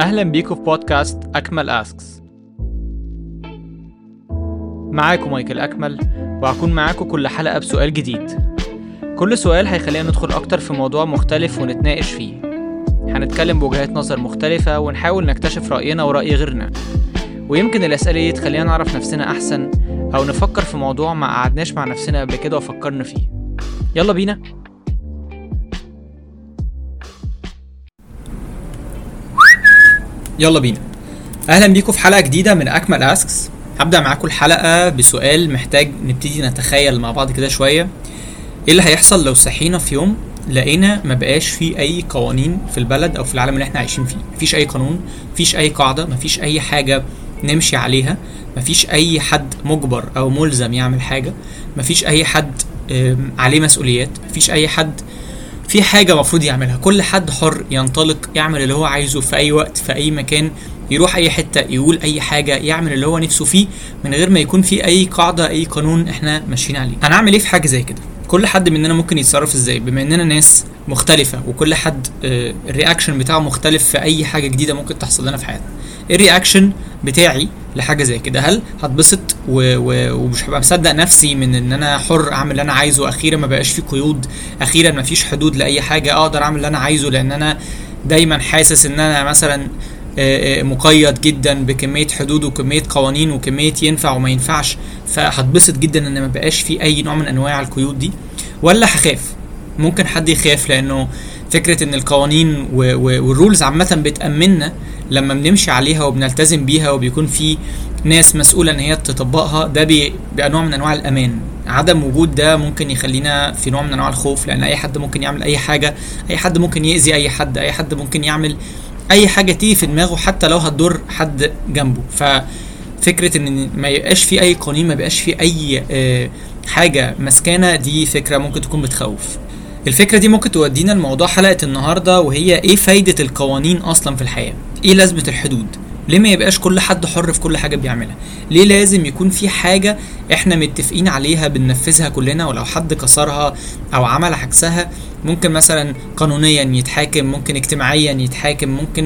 أهلا بيكم في بودكاست أكمل أسكس. معاكم مايكل أكمل، وهكون معاكم كل حلقة بسؤال جديد. كل سؤال هيخلينا ندخل أكتر في موضوع مختلف ونتناقش فيه. هنتكلم بوجهات نظر مختلفة ونحاول نكتشف رأينا ورأي غيرنا، ويمكن الأسئلة دي تخلينا نعرف نفسنا أحسن أو نفكر في موضوع ما قعدناش مع نفسنا قبل كده وفكرنا فيه. يلا بينا. يلا بينا. اهلا بيكم في حلقه جديده من اكمل اسكس. هبدا معاكم الحلقه بسؤال محتاج نبتدي نتخيل مع بعض كده شويه. ايه اللي هيحصل لو صحينا في يوم لقينا ما بقاش في اي قوانين في البلد او في العالم اللي احنا عايشين فيه؟ مفيش اي قانون، مفيش اي قاعده، مفيش اي حاجه نمشي عليها، مفيش اي حد مجبر او ملزم يعمل حاجه، مفيش اي حد عليه مسؤوليات، مفيش اي حد في حاجة مفروض يعملها. كل حد حر ينطلق يعمل اللي هو عايزه في أي وقت في أي مكان، يروح أي حتة، يقول أي حاجة، يعمل اللي هو نفسه فيه من غير ما يكون في أي قاعدة أي قانون إحنا ماشيين عليه. هنعمل إيه في حاجة زي كده؟ كل حد مننا ممكن يتصرف إزاي بما إننا ناس مختلفة وكل حد الرياكشن بتاعه مختلف في أي حاجة جديدة ممكن تحصل لنا في حياتنا؟ الرياكشن بتاعي لحاجة زي كده، هل هتبسط ومش هبقى مصدق نفسي من ان انا حر اعمل اللي انا عايزه، اخيرا ما بقاش في قيود، اخيرا ما فيش حدود لاي حاجة، اقدر اعمل اللي انا عايزه لان انا دايما حاسس ان انا مثلا مقيد جدا بكمية حدود وكمية قوانين وكمية ينفع وما ينفعش، فهتبسط جدا ان ما بقاش في اي نوع من انواع القيود دي؟ ولا هخاف؟ ممكن حد يخاف لانه فكرة ان القوانين والرولز عامة بتأمننا لما بنمشي عليها وبنلتزم بيها وبيكون في ناس مسؤولة ان هي تطبقها، ده بيبقى نوع من انواع الامان. عدم وجود ده ممكن يخلينا في نوع من انواع الخوف، لان اي حد ممكن يعمل اي حاجة، اي حد ممكن يأذي اي حد، اي حد ممكن يعمل اي حاجة تيجي في دماغه حتى لو هتضر حد جنبه. ففكرة ان ما يبقاش في اي قانون، ما يبقاش في اي حاجة مسكانة، دي فكرة ممكن تكون بتخوف. الفكرة دي ممكن تودينا لموضوع حلقة النهاردة، وهي ايه فايدة القوانين اصلا في الحياة؟ ايه لازمة الحدود؟ ليه ما يبقاش كل حد حر في كل حاجة بيعملها؟ ليه لازم يكون في حاجة احنا متفقين عليها بننفذها كلنا، ولو حد كسرها او عمل عكسها ممكن مثلا قانونيا يتحاكم، ممكن اجتماعيا يتحاكم، ممكن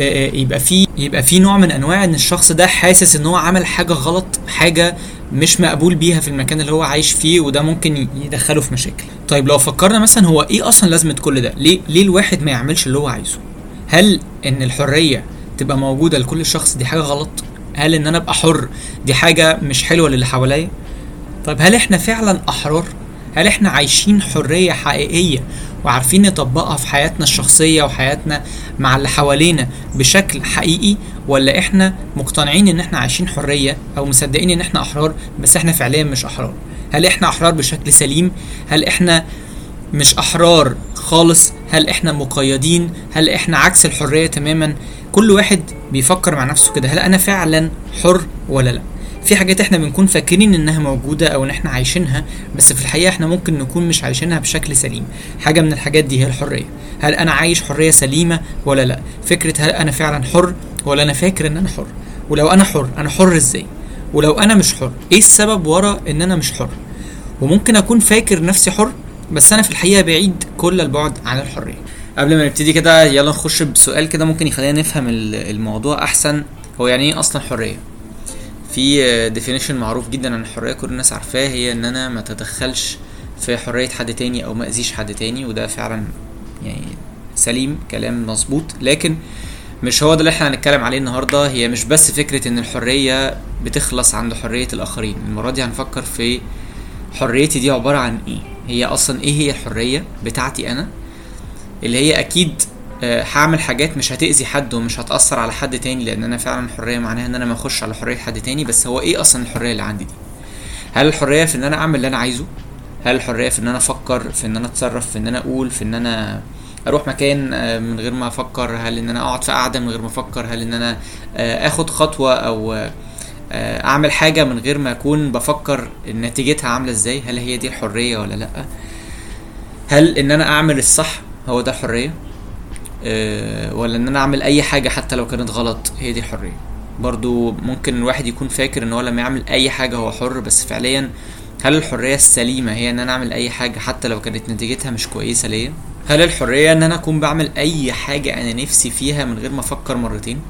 يبقى في نوع من انواع ان الشخص ده حاسس ان هو عمل حاجة غلط، حاجة مش مقبول بيها في المكان اللي هو عايش فيه، وده ممكن يدخله في مشاكل. طيب لو فكرنا مثلا هو ايه اصلا لازمة كل ده؟ ليه الواحد ما يعملش اللي هو عايزه؟ هل ان الحرية تبقى موجودة لكل شخص دي حاجة غلط؟ هل ان انا ابقى حر دي حاجة مش حلوة للي حواليا؟ طيب هل احنا فعلا احرار؟ هل احنا عايشين حرية حقيقية وعارفين نطبقها في حياتنا الشخصية وحياتنا مع اللي حوالينا بشكل حقيقي، ولا احنا مقتنعين ان احنا عايشين حرية او مصدقين ان احنا احرار بس احنا فعليا مش احرار؟ هل احنا احرار بشكل سليم؟ هل احنا مش احرار خالص؟ هل احنا مقيدين؟ هل احنا عكس الحرية تماما؟ كل واحد بيفكر مع نفسه كده، هل انا فعلا حر ولا لا؟ في حاجات احنا بنكون فاكرين انها موجودة او ان احنا عايشينها، بس في الحقيقة احنا ممكن نكون مش عايشينها بشكل سليم. حاجة من الحاجات دي هي الحرية. هل انا عايش حرية سليمة ولا لا؟ فكرة هل انا فعلا حر ولا انا فاكر ان انا حر؟ ولو انا حر، انا حر ازاي؟ ولو انا مش حر، ايه السبب ورا ان انا مش حر؟ وممكن اكون فاكر نفسي حر بس انا في الحقيقة بعيد كل البعد عن الحرية. قبل ما نبتدي كده يلا نخش بسؤال كده ممكن يخلينا نفهم الموضوع احسن. هو يعني ايه اصلا حرية؟ في definition معروف جدا عن الحرية كل الناس عارفاه، هي ان انا ما تدخلش في حرية حد تاني او ما اذيش حد تاني، وده فعلا يعني سليم، كلام مظبوط. لكن مش هو ده اللي احنا هنتكلم عليه النهاردة. هي مش بس فكرة ان الحرية بتخلص عند حرية الاخرين. المرة دي هنفكر في حريتي دي عبارة عن ايه. هي اصلا ايه هي الحرية بتاعتي انا، اللي هي اكيد هعمل حاجات مش هتأذي حد ومش هتأثر على حد تاني، لان انا فعلا الحرية معناها ان انا ما اخش على حرية حد تاني. بس هو ايه اصلا الحرية اللي عندي دي؟ هل الحرية في ان انا اعمل اللي انا عايزه؟ هل الحرية في ان انا افكر، في ان انا اتصرف، في ان انا اقول، في ان انا اروح مكان من غير ما افكر؟ هل ان انا اقعد في قعدة من غير ما افكر؟ هل ان انا اخد خطوة او اعمل حاجة من غير ما اكون بفكر نتيجتها عاملة ازاي؟ هل هي دي الحرية ولا لا؟ هل ان انا اعمل الصح هو ده الحرية، ولا ان انا اعمل اي حاجة حتى لو كانت غلط هي دي الحرية؟ برضو ممكن الواحد يكون فاكر ان هو لما يعمل اي حاجة هو حر، بس فعليا هل الحرية السليمة هي ان انا اعمل اي حاجة حتى لو كانت نتيجتها مش كويسة ليا؟ هل الحرية ان انا اكون بعمل اي حاجة انا نفسي فيها من غير ما افكر مرتين؟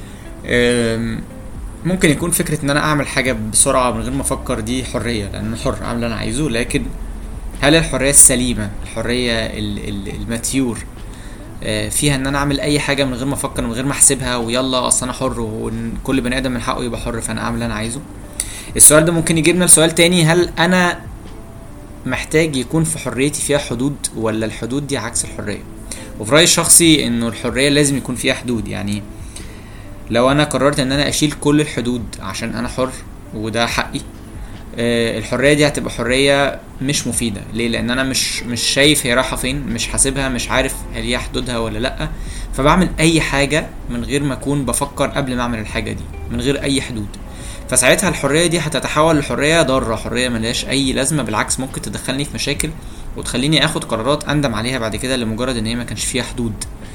ممكن يكون فكرة ان انا اعمل حاجة بسرعة من غير ما افكر دي حرية، لان انا حر اعمل اللي انا عايزه. لكن هل الحرية السليمة، الحرية الماتيور، فيها ان انا اعمل اي حاجة من غير ما افكر، من غير ما احسبها، ويلا اصل انا حر وكل بني ادم من حقه يبقى حر فانا اعمل اللي انا عايزه؟ السؤال ده ممكن يجيبنا لسؤال تاني: هل انا محتاج يكون في حريتي فيها حدود، ولا الحدود دي عكس الحرية؟ وفي رأيي الشخصي انه الحرية لازم يكون فيها حدود. يعني لو انا قررت ان انا اشيل كل الحدود عشان انا حر وده حقي، الحرية دي هتبقى حرية مش مفيدة. ليه؟ لان انا مش شايف هي رايحة فين، مش حاسبها، مش عارف هل هي حدودها ولا لأ، فبعمل اي حاجة من غير ما اكون بفكر قبل ما اعمل الحاجة دي، من غير اي حدود. فساعتها الحرية دي هتتحول لحرية ضارة، حرية ملهاش اي لازمة، بالعكس ممكن تدخلني في مشاكل وتخليني اخد قرارات اندم عليها بعد كده لمجرد ان هي ما كانش فيها حدود.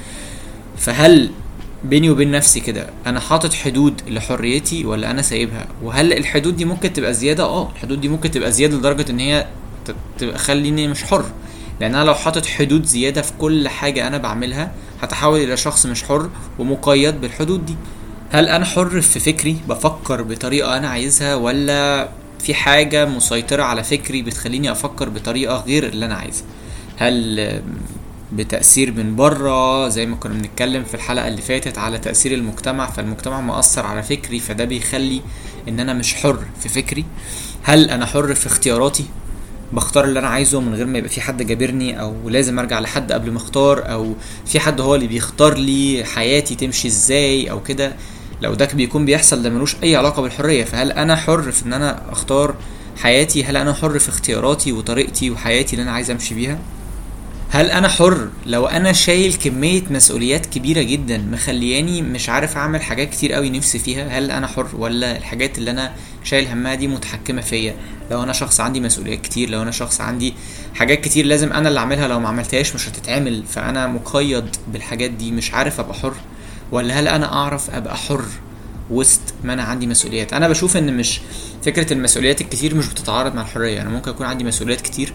فهل بيني وبين نفسي كده انا حاطط حدود لحريتي ولا انا سايبها؟ وهل الحدود دي ممكن تبقى زيادة؟ الحدود دي ممكن تبقى زيادة لدرجة ان هي تبقى خليني مش حر. لان انا لو حاطط حدود زيادة في كل حاجة انا بعملها هتحول الى شخص مش حر ومقيد بالحدود دي. هل انا حر في فكري، بفكر بطريقة انا عايزها، ولا في حاجة مسيطرة على فكري بتخليني افكر بطريقة غير اللي انا عايزها؟ هل بتأثير من بره زي ما كنا بنتكلم في الحلقة اللي فاتت على تأثير المجتمع، فالمجتمع مؤثر على فكري فده بيخلي ان انا مش حر في فكري؟ هل انا حر في اختياراتي، بختار اللي انا عايزه من غير ما يبقى في حد جابرني، او لازم ارجع لحد قبل ما اختار، او في حد هو اللي بيختار لي حياتي تمشي ازاي او كده؟ لو ده بيكون بيحصل ده ملوش اي علاقة بالحرية. فهل انا حر في ان انا اختار حياتي؟ هل انا حر في اختياراتي وطريقتي وحياتي اللي انا عايز امشي بيها؟ هل انا حر لو انا شايل كمية مسؤوليات كبيرة جدا مخلياني مش عارف اعمل حاجات كتير قوي نفسي فيها؟ هل انا حر، ولا الحاجات اللي انا شايل همها دي متحكمة فيا؟ لو انا شخص عندي مسؤوليات كتير، لو انا شخص عندي حاجات كتير لازم انا اللي اعملها، لو ما عملتهاش مش هتتعمل، فانا مقيد بالحاجات دي مش عارف ابقى حر؟ ولا هل انا اعرف ابقى حر وسط ما انا عندي مسؤوليات؟ انا بشوف ان مش فكرة المسؤوليات الكتير مش بتتعارض مع الحرية. انا ممكن يكون عندي مسؤوليات كتير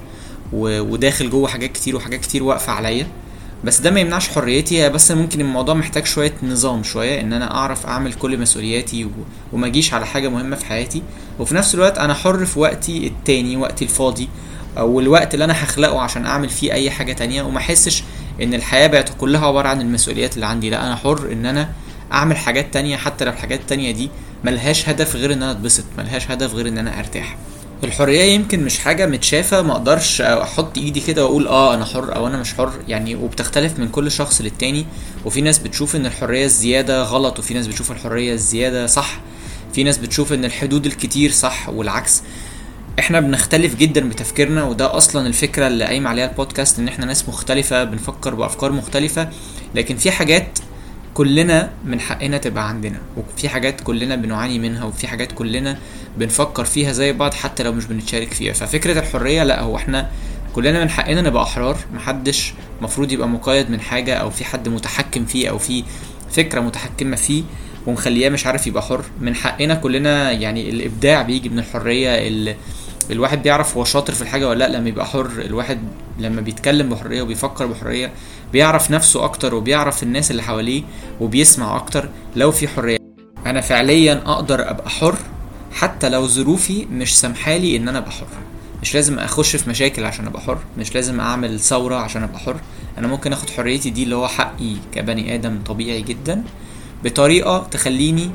وداخل جوه حاجات كتير وحاجات كتير واقفة عليا، بس ده ما يمنعش حريتي. بس ممكن الموضوع محتاج شوية نظام، شوية ان انا اعرف اعمل كل مسؤولياتي وما اجيش على حاجة مهمة في حياتي. وفي نفس الوقت انا حر في وقتي التاني، وقتي الفاضي او الوقت اللي انا هخلقه عشان اعمل فيه اي حاجة تانية، وما احسش ان الحياة بقت كلها عبارة عن المسؤوليات اللي عندي. لا، انا حر ان انا اعمل حاجات تانية، حتى لو الحاجات التانية دي ملهاش هدف غير ان انا اتبسط، ملهاش هدف غير ان انا ارتاح. الحرية يمكن مش حاجة متشافة، ما اقدرش احط ايدي كده واقول انا حر او انا مش حر يعني، وبتختلف من كل شخص للتاني. وفي ناس بتشوف ان الحرية الزيادة غلط، وفي ناس بتشوف الحرية الزيادة صح، في ناس بتشوف ان الحدود الكتير صح والعكس. احنا بنختلف جدا بتفكيرنا، وده اصلا الفكرة اللي قايم عليها البودكاست، ان احنا ناس مختلفة بنفكر بافكار مختلفة، لكن في حاجات كلنا من حقنا تبقى عندنا، وفي حاجات كلنا بنعاني منها، وفي حاجات كلنا بنفكر فيها زي بعض حتى لو مش بنتشارك فيها. ففكرة الحرية لا، هو احنا كلنا من حقنا نبقى احرار، محدش مفروض يبقى مقيد من حاجة او في حد متحكم فيه او في فكرة متحكمة فيه ومخلياه مش عارف يبقى حر. من حقنا كلنا، يعني الابداع بيجي من الحرية. الواحد بيعرف هو شاطر في الحاجة ولا لا لما يبقى حر. الواحد لما بيتكلم بحرية وبيفكر بحرية بيعرف نفسه اكتر وبيعرف الناس اللي حواليه وبيسمع اكتر لو في حرية. انا فعليا اقدر ابقى حر حتى لو ظروفي مش سامحالي ان انا ابقى حر. مش لازم اخش في مشاكل عشان ابقى حر، مش لازم اعمل ثورة عشان ابقى حر. انا ممكن اخد حريتي دي اللي هو حقي كبني ادم طبيعي جدا بطريقة تخليني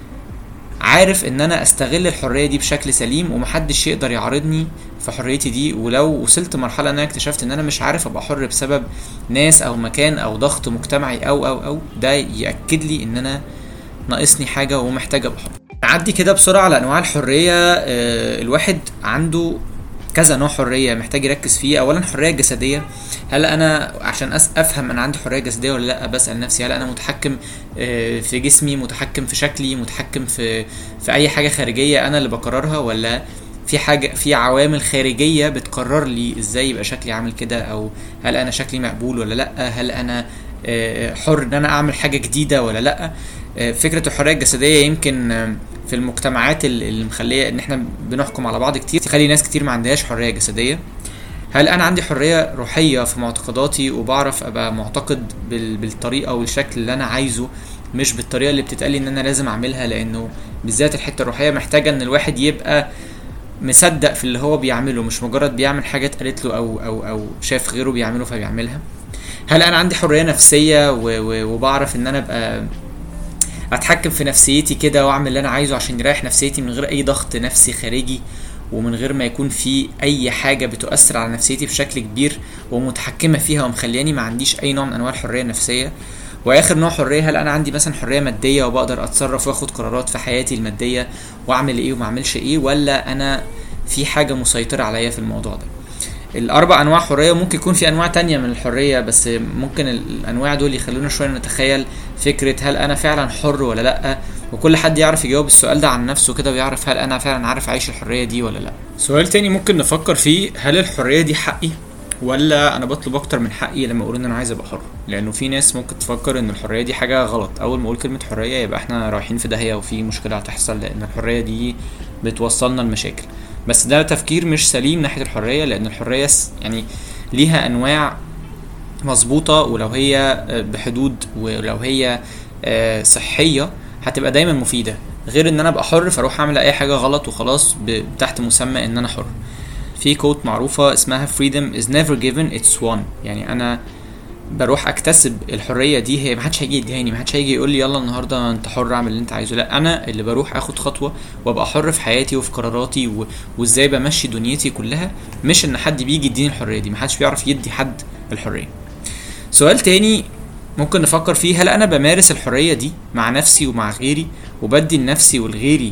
عارف ان انا استغل الحرية دي بشكل سليم، ومحدش يقدر يعارضني في حريتي دي. ولو وصلت مرحلة ان انا اكتشفت ان انا مش عارف ابقى حر بسبب ناس او مكان او ضغط مجتمعي او ده يأكد لي ان انا ناقصني حاجة ومحتاج ابقى حر. نعدي كده بسرعة على انواع الحرية. الواحد عنده كذا نوع حرية محتاج يركز فيه. اولا حرية جسدية. هل انا عشان افهم انا عندي حرية جسدية ولا لا، بسأل نفسي هل انا متحكم في جسمي، متحكم في شكلي، متحكم في اي حاجة خارجية انا اللي بقررها، ولا في حاجة في عوامل خارجية بتقرر لي ازاي يبقى شكلي عامل كده، او هل انا شكلي مقبول ولا لا، هل انا حر ان انا اعمل حاجة جديدة ولا لا. فكرة الحرية الجسدية يمكن في المجتمعات اللي مخليه ان احنا بنحكم على بعض كتير تخلي ناس كتير ما عندهاش حرية جسدية. هل انا عندي حرية روحية في معتقداتي وبعرف ابقى معتقد بالطريقة والشكل اللي انا عايزه، مش بالطريقة اللي بتتقالي ان انا لازم اعملها؟ لانه بالذات الحتة الروحية محتاجة ان الواحد يبقى مصدق في اللي هو بيعمله، مش مجرد بيعمل حاجة اتقالت له او شاف غيره بيعمله فبيعملها. هل انا عندي حرية نفسية وبعرف ان انا ابقى اتحكم في نفسيتي كده واعمل اللي انا عايزه عشان يريح نفسيتي من غير اي ضغط نفسي خارجي، ومن غير ما يكون في اي حاجة بتؤثر على نفسيتي بشكل كبير ومتحكمة فيها ومخلياني ما عنديش اي نوع من انواع الحرية النفسية؟ واخر نوع حرية، هل انا عندي مثلا حرية مادية وبقدر اتصرف واخد قرارات في حياتي المادية واعمل ايه وما اعملش ايه، ولا انا في حاجة مسيطرة عليا في الموضوع ده؟ الاربع انواع حرية. ممكن يكون في انواع تانية من الحرية، بس ممكن الانواع دول يخلونا شوية نتخيل فكرة هل انا فعلا حر ولا لا، وكل حد يعرف يجاوب السؤال ده عن نفسه كده ويعرف هل انا فعلا عارف اعيش الحرية دي ولا لا. سؤال تاني ممكن نفكر فيه، هل الحرية دي حقي ولا انا بطلب اكتر من حقي لما اقول ان انا عايز ابقى حر؟ لانه في ناس ممكن تفكر ان الحريه دي حاجه غلط، اول ما اقول كلمه حريه يبقى احنا رايحين في داهيه وفي مشكله هتحصل، لان الحريه دي بتوصلنا لمشاكل. بس ده تفكير مش سليم ناحيه الحريه، لان الحريه يعني ليها انواع مظبوطه، ولو هي بحدود ولو هي صحيه هتبقى دايما مفيده، غير ان انا ابقى حر فاروح اعمل اي حاجه غلط وخلاص تحت مسمى ان انا حر. في كوت معروفة اسمها freedom is never given it's won، يعني انا بروح اكتسب الحرية دي، هي محدش هيجي يديهاني، محدش هيجي يقول لي يلا النهاردة انت حر اعمل اللي انت عايزه، لا انا اللي بروح اخد خطوة وابقى حر في حياتي وفي قراراتي وازاي بمشي دنيتي كلها، مش ان حد بيجي يديني الحرية دي، محدش بيعرف يدي حد الحرية. سؤال تاني ممكن نفكر فيه، هل انا بمارس الحرية دي مع نفسي ومع غيري وبدي لنفسي والغيري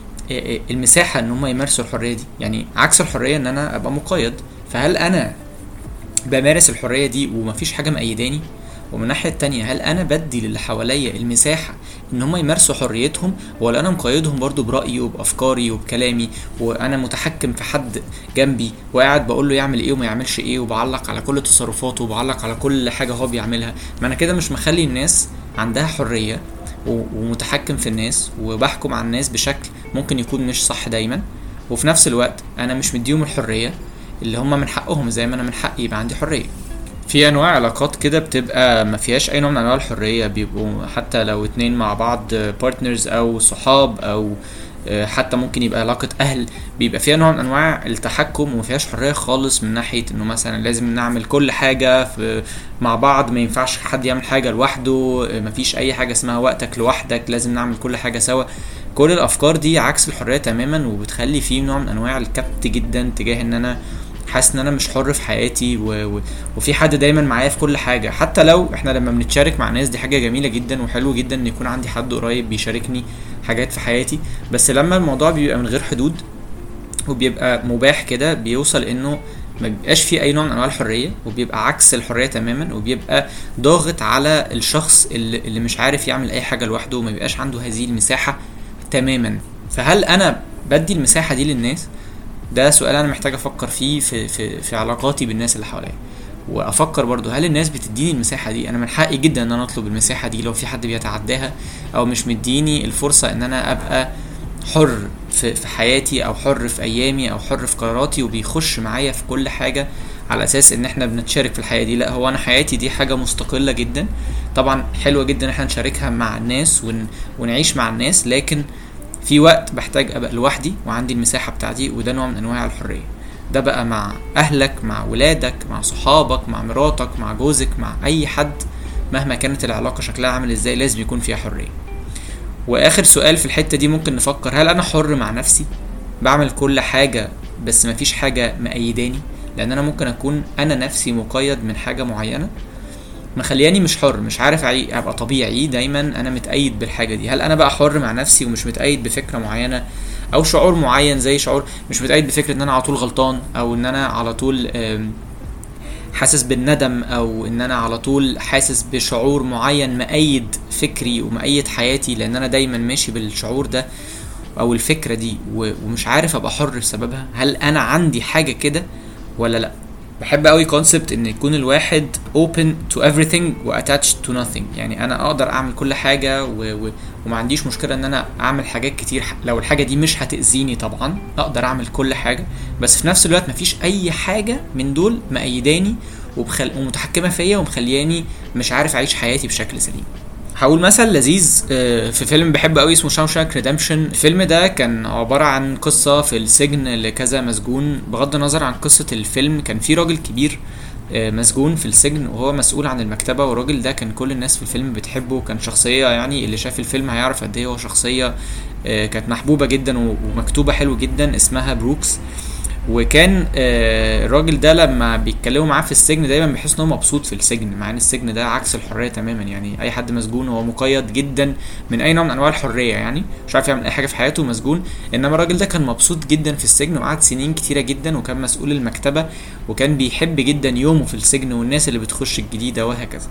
المساحة ان هم يمارسوا الحرية دي؟ يعني عكس الحرية ان انا ابقى مقيد، فهل انا بمارس الحرية دي ومفيش حاجة مقيداني؟ ومن الناحية التانية هل انا بدي للي حواليا المساحة ان هم يمارسوا حريتهم، ولا انا مقيدهم برضو برأيي وبأفكاري وبكلامي، وانا متحكم في حد جنبي وقاعد بقول له يعمل ايه وما يعملش ايه وبعلق على كل تصرفاته وبعلق على كل حاجة هو بيعملها؟ ما انا كده مش مخلي الناس عندها حرية ومتحكم في الناس وبحكم على الناس بشكل ممكن يكون مش صح دايما، وفي نفس الوقت انا مش مديهم الحرية اللي هم من حقهم زي ما انا من حقي يبقى عندي حرية. في انواع علاقات كده بتبقى ما فيهاش اي نوع من انواع الحرية، بيبقوا حتى لو اتنين مع بعض بارتنرز او صحاب او حتى ممكن يبقى علاقة اهل، بيبقى فيها نوع من انواع التحكم وما فيهاش حرية خالص، من ناحية انه مثلا لازم نعمل كل حاجة مع بعض، ما ينفعش حد يعمل حاجة لوحده، ما فيش اي حاجة اسمها وقتك لوحدك، لازم نعمل كل حاجة سوا. كل الافكار دي عكس الحرية تماما، وبتخلي فيه نوع من انواع الكبت جدا تجاه ان انا حاسس ان انا مش حر في حياتي وفي حد دايما معايا في كل حاجة. حتى لو احنا لما بنتشارك مع ناس دي حاجة جميلة جدا وحلو جدا ان يكون عندي حد قريب بيشاركني حاجات في حياتي، بس لما الموضوع بيبقى من غير حدود وبيبقى مباح كده بيوصل انه ما بيبقاش فيه اي نوع من انواع الحرية، وبيبقى عكس الحرية تماما، وبيبقى ضاغط على الشخص اللي مش عارف يعمل اي حاجة لوحده وما بيبقاش عنده هذه المساحة تماما. فهل انا بدي المساحة دي للناس؟ ده سؤال انا محتاج افكر فيه في علاقاتي بالناس اللي حواليا، وافكر برضو هل الناس بتديني المساحة دي؟ انا من حقي جدا ان انا اطلب المساحة دي لو في حد بيتعداها او مش مديني الفرصة ان انا ابقى حر في حياتي او حر في ايامي او حر في قراراتي وبيخش معايا في كل حاجة على اساس ان احنا بنتشارك في الحياة دي. لا، هو انا حياتي دي حاجة مستقلة جدا، طبعا حلوة جدا احنا نشاركها مع الناس ونعيش مع الناس، لكن في وقت بحتاج ابقى لوحدي وعندي المساحة بتاعتي، وده نوع من انواع الحرية. ده بقى مع اهلك، مع ولادك، مع صحابك، مع مراتك، مع جوزك، مع اي حد مهما كانت العلاقة شكلها عامل ازاي لازم يكون فيها حرية. واخر سؤال في الحتة دي ممكن نفكر، هل انا حر مع نفسي بعمل كل حاجة بس مفيش حاجة مقيداني؟ لان انا ممكن اكون انا نفسي مقيد من حاجة معينة مخلياني مش حر، مش عارف ابقى طبيعي، دايما انا متقيد بالحاجة دي. هل انا بقى حر مع نفسي ومش متقيد بفكرة معينة او شعور معين، زي شعور مش متقيد بفكرة ان انا على طول غلطان، او ان انا على طول حاسس بالندم، او ان انا على طول حاسس بشعور معين مقيد فكري ومقيد حياتي لان انا دايما ماشي بالشعور ده او الفكرة دي ومش عارف ابقى حر بسببها؟ هل انا عندي حاجة كده ولا لا؟ بحب قوي كونسبت ان يكون الواحد open to everything و attached to nothing. يعني انا اقدر اعمل كل حاجة وما عنديش مشكلة ان انا اعمل حاجات كتير لو الحاجة دي مش هتأذيني. طبعا اقدر اعمل كل حاجة، بس في نفس الوقت مفيش اي حاجة من دول مأيداني ومتحكمة فيا ومخلياني مش عارف اعيش حياتي بشكل سليم. هقول مثل لذيذ في فيلم بحبه قوي اسمه شاوشانك ريدمشن. الفيلم ده كان عبارة عن قصة في السجن لكذا مسجون. بغض النظر عن قصة الفيلم، كان في راجل كبير مسجون في السجن وهو مسؤول عن المكتبة، والراجل ده كان كل الناس في الفيلم بتحبه. كان شخصية، يعني اللي شاف الفيلم هيعرف قد ايه هو شخصية كانت محبوبة جدا ومكتوبة حلو جدا، اسمها بروكس. وكان الراجل ده لما بيتكلموا معاه في السجن دايما بيحس ان هو مبسوط في السجن، مع ان السجن ده عكس الحريه تماما. يعني اي حد مسجون هو مقيد جدا من اي نوع من انواع الحريه، يعني مش عارف يعمل اي حاجه في حياته، مسجون. انما الراجل ده كان مبسوط جدا في السجن وقعد سنين كتيره جدا، وكان مسؤول المكتبه، وكان بيحب جدا يومه في السجن والناس اللي بتخش الجديده وهكذا.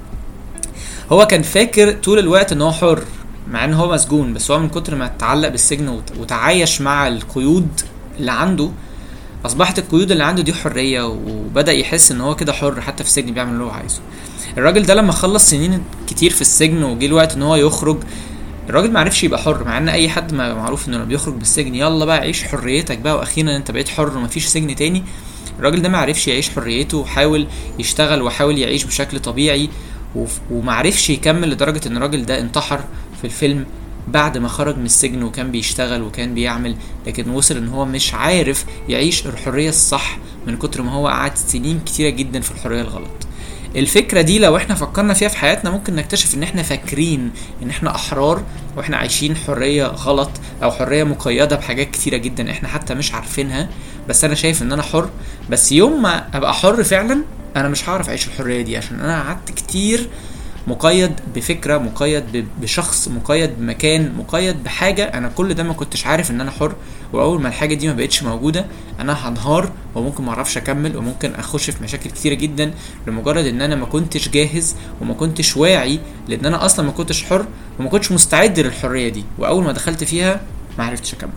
هو كان فاكر طول الوقت ان هو حر مع ان هو مسجون، بس هو من كتر ما اتعلق بالسجن وتعايش مع القيود اللي عنده، اصبحت القيود اللي عنده دي حريه، وبدا يحس ان هو كده حر حتى في السجن بيعمل اللي هو عايزه. الراجل ده لما خلص سنين كتير في السجن وجه الوقت ان هو يخرج، الراجل ما عرفش يبقى حر، مع ان اي حد معروف انه لما بيخرج بالسجن يلا بقى عيش حريتك بقى واخيرا انت بقيت حر ومفيش سجن تاني. الراجل ده ما عرفش يعيش حريته وحاول يشتغل وحاول يعيش بشكل طبيعي، وما عرفش يكمل لدرجه ان الراجل ده انتحر في الفيلم بعد ما خرج من السجن وكان بيشتغل وكان بيعمل، لكن وصل ان هو مش عارف يعيش الحرية الصح من كتر ما هو قعد سنين كتيرة جدا في الحرية الغلط. الفكرة دي لو احنا فكرنا فيها في حياتنا ممكن نكتشف ان احنا فاكرين ان احنا احرار واحنا عايشين حرية غلط او حرية مقيدة بحاجات كتيرة جدا احنا حتى مش عارفينها. بس انا شايف ان انا حر، بس يوم ما ابقى حر فعلا انا مش هعرف اعيش الحرية دي، عشان انا قعدت كتير مقيد بفكرة، مقيد بشخص، مقيد بمكان، مقيد بحاجة. انا كل ده ما كنتش عارف ان انا حر، واول ما الحاجة دي ما بقتش موجودة انا هنهار وممكن ما اعرفش اكمل وممكن اخش في مشاكل كتيرة جدا لمجرد ان انا ما كنتش جاهز وما كنتش واعي، لان انا اصلا ما كنتش حر وما كنتش مستعد للحرية دي، واول ما دخلت فيها ما عرفتش اكمل.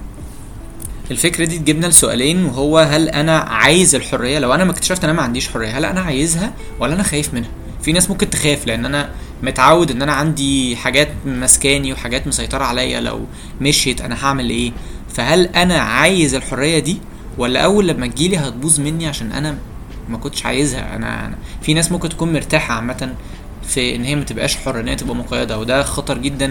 الفكرة دي تجيبنا لسؤالين، وهو هل انا عايز الحرية؟ لو انا ما اكتشفت ان انا ما عنديش حرية، هل انا عايزها ولا انا خايف منها؟ في ناس ممكن تخاف لان انا متعود ان انا عندي حاجات مسكاني وحاجات مسيطرة عليا، لو مشيت انا هعمل ايه؟ فهل انا عايز الحرية دي ولا اول لما تجيلي هتبوظ مني عشان انا ما كنتش عايزها؟ انا في ناس ممكن تكون مرتاحة عامة في ان هي ما تبقاش حرة، ان هي تبقى مقيدة، وده خطر جدا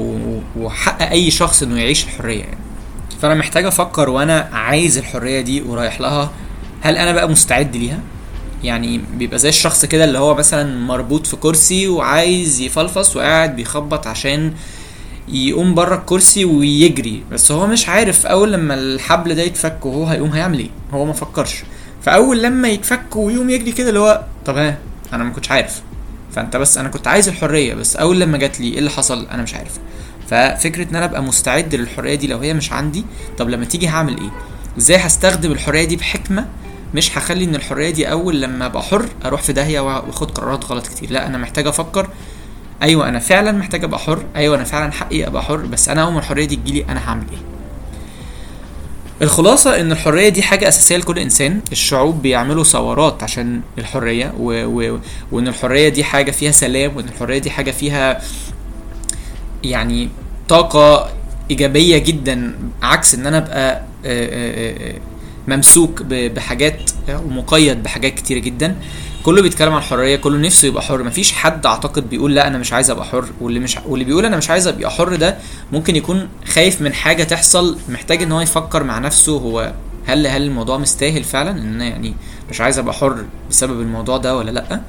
وحق اي شخص انه يعيش الحرية يعني. فانا محتاج افكر وانا عايز الحرية دي ورايح لها، هل انا بقى مستعد ليها؟ يعني بيبقى زي الشخص كده اللي هو مثلا مربوط في كرسي وعايز يفلفص وقاعد بيخبط عشان يقوم بره الكرسي ويجري، بس هو مش عارف اول لما الحبل ده يتفك وهو هيقوم هيعمل ايه، هو ما فكرش. فاول لما يتفك ويقوم يجري كده اللي هو طب انا ما كنتش عارف. فانت بس انا كنت عايز الحرية، بس اول لما جات لي ايه اللي حصل انا مش عارف. ففكرة ان انا ابقى مستعد للحرية دي لو هي مش عندي، طب لما تيجي هعمل ايه؟ ازاي هستخدم الحرية دي بحكمة؟ مش هخلي ان الحرية دي اول لما ابقى حر اروح في داهية واخد قرارات غلط كتير. لا، انا محتاج افكر ايوه انا فعلا محتاج ابقى حر، ايوه انا فعلا حقي ابقى حر، بس انا اول ما الحرية دي تجيلي انا هعمل ايه؟ الخلاصة ان الحرية دي حاجة اساسية لكل انسان. الشعوب بيعملوا ثورات عشان الحرية وان الحرية دي حاجة فيها سلام، وان الحرية دي حاجة فيها يعني طاقة ايجابية جدا، عكس ان انا ابقى ممسوك بحاجات ومقيد بحاجات كتير جدا. كله بيتكلم عن الحريه، كله نفسه يبقى حر، مفيش حد اعتقد بيقول لا انا مش عايز ابقى حر. واللي بيقول انا مش عايز ابقى حر ده ممكن يكون خايف من حاجه تحصل، محتاج ان هو يفكر مع نفسه هو هل الموضوع مستاهل فعلا ان انا يعني مش عايز ابقى حر بسبب الموضوع ده ولا لا.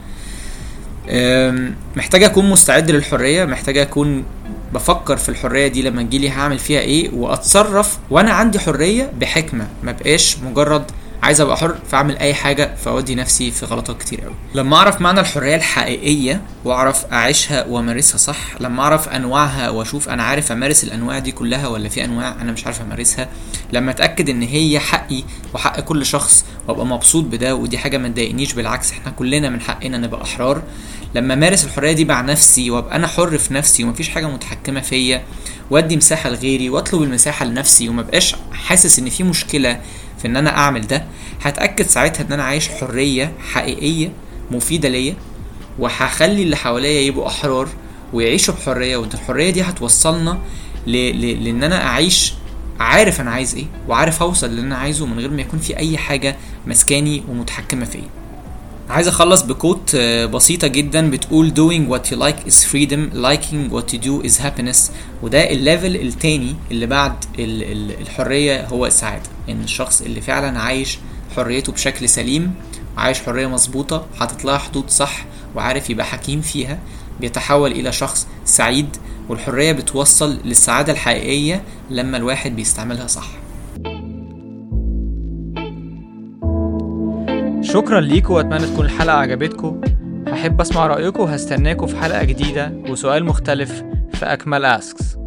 محتاج اكون مستعد للحريه، محتاج اكون بفكر في الحرية دي لما تجيلي هعمل فيها ايه، واتصرف وانا عندي حرية بحكمة، ما بقاش مجرد عايز ابقى حر فاعمل اي حاجة فاودي نفسي في غلطات كتير قوي. لما اعرف معنى الحرية الحقيقية واعرف اعيشها وامارسها صح، لما اعرف انواعها واشوف انا عارف امارس الانواع دي كلها ولا في انواع انا مش عارف امارسها، لما اتاكد ان هي حقي وحق كل شخص وابقى مبسوط بده ودي حاجة ما تضايقنيش، بالعكس احنا كلنا من حقنا نبقى احرار. لما مارس الحرية دي مع نفسي وابقى انا حر في نفسي ومفيش حاجة متحكمة فيا، وادي مساحة لغيري واطلب المساحة لنفسي وما بقاش حاسس ان في مشكلة في ان انا اعمل ده، هتأكد ساعتها ان انا عايش حرية حقيقية مفيدة ليا، وهخلي اللي حواليا يبقوا احرار ويعيشوا بحرية. وان الحرية دي هتوصلنا لان انا اعيش عارف انا عايز ايه، وعارف اوصل اللي انا عايزه من غير ما يكون في اي حاجة مسكاني ومتحكمة فيا. عايز اخلص بكوت بسيطة جدا بتقول doing what you like is freedom, liking what you do is happiness. وده الليفل التاني اللي بعد الحرية هو السعادة. ان الشخص اللي فعلا عايش حريته بشكل سليم وعايش حرية مظبوطة حاطط لها حدود صح وعارف يبقى حكيم فيها، بيتحول الى شخص سعيد. والحرية بتوصل للسعادة الحقيقية لما الواحد بيستعملها صح. شكرا ليكم واتمنى تكون الحلقة عجبتكم. هحب اسمع رأيكم وهستناكم في حلقة جديدة وسؤال مختلف في أكمل أسكس.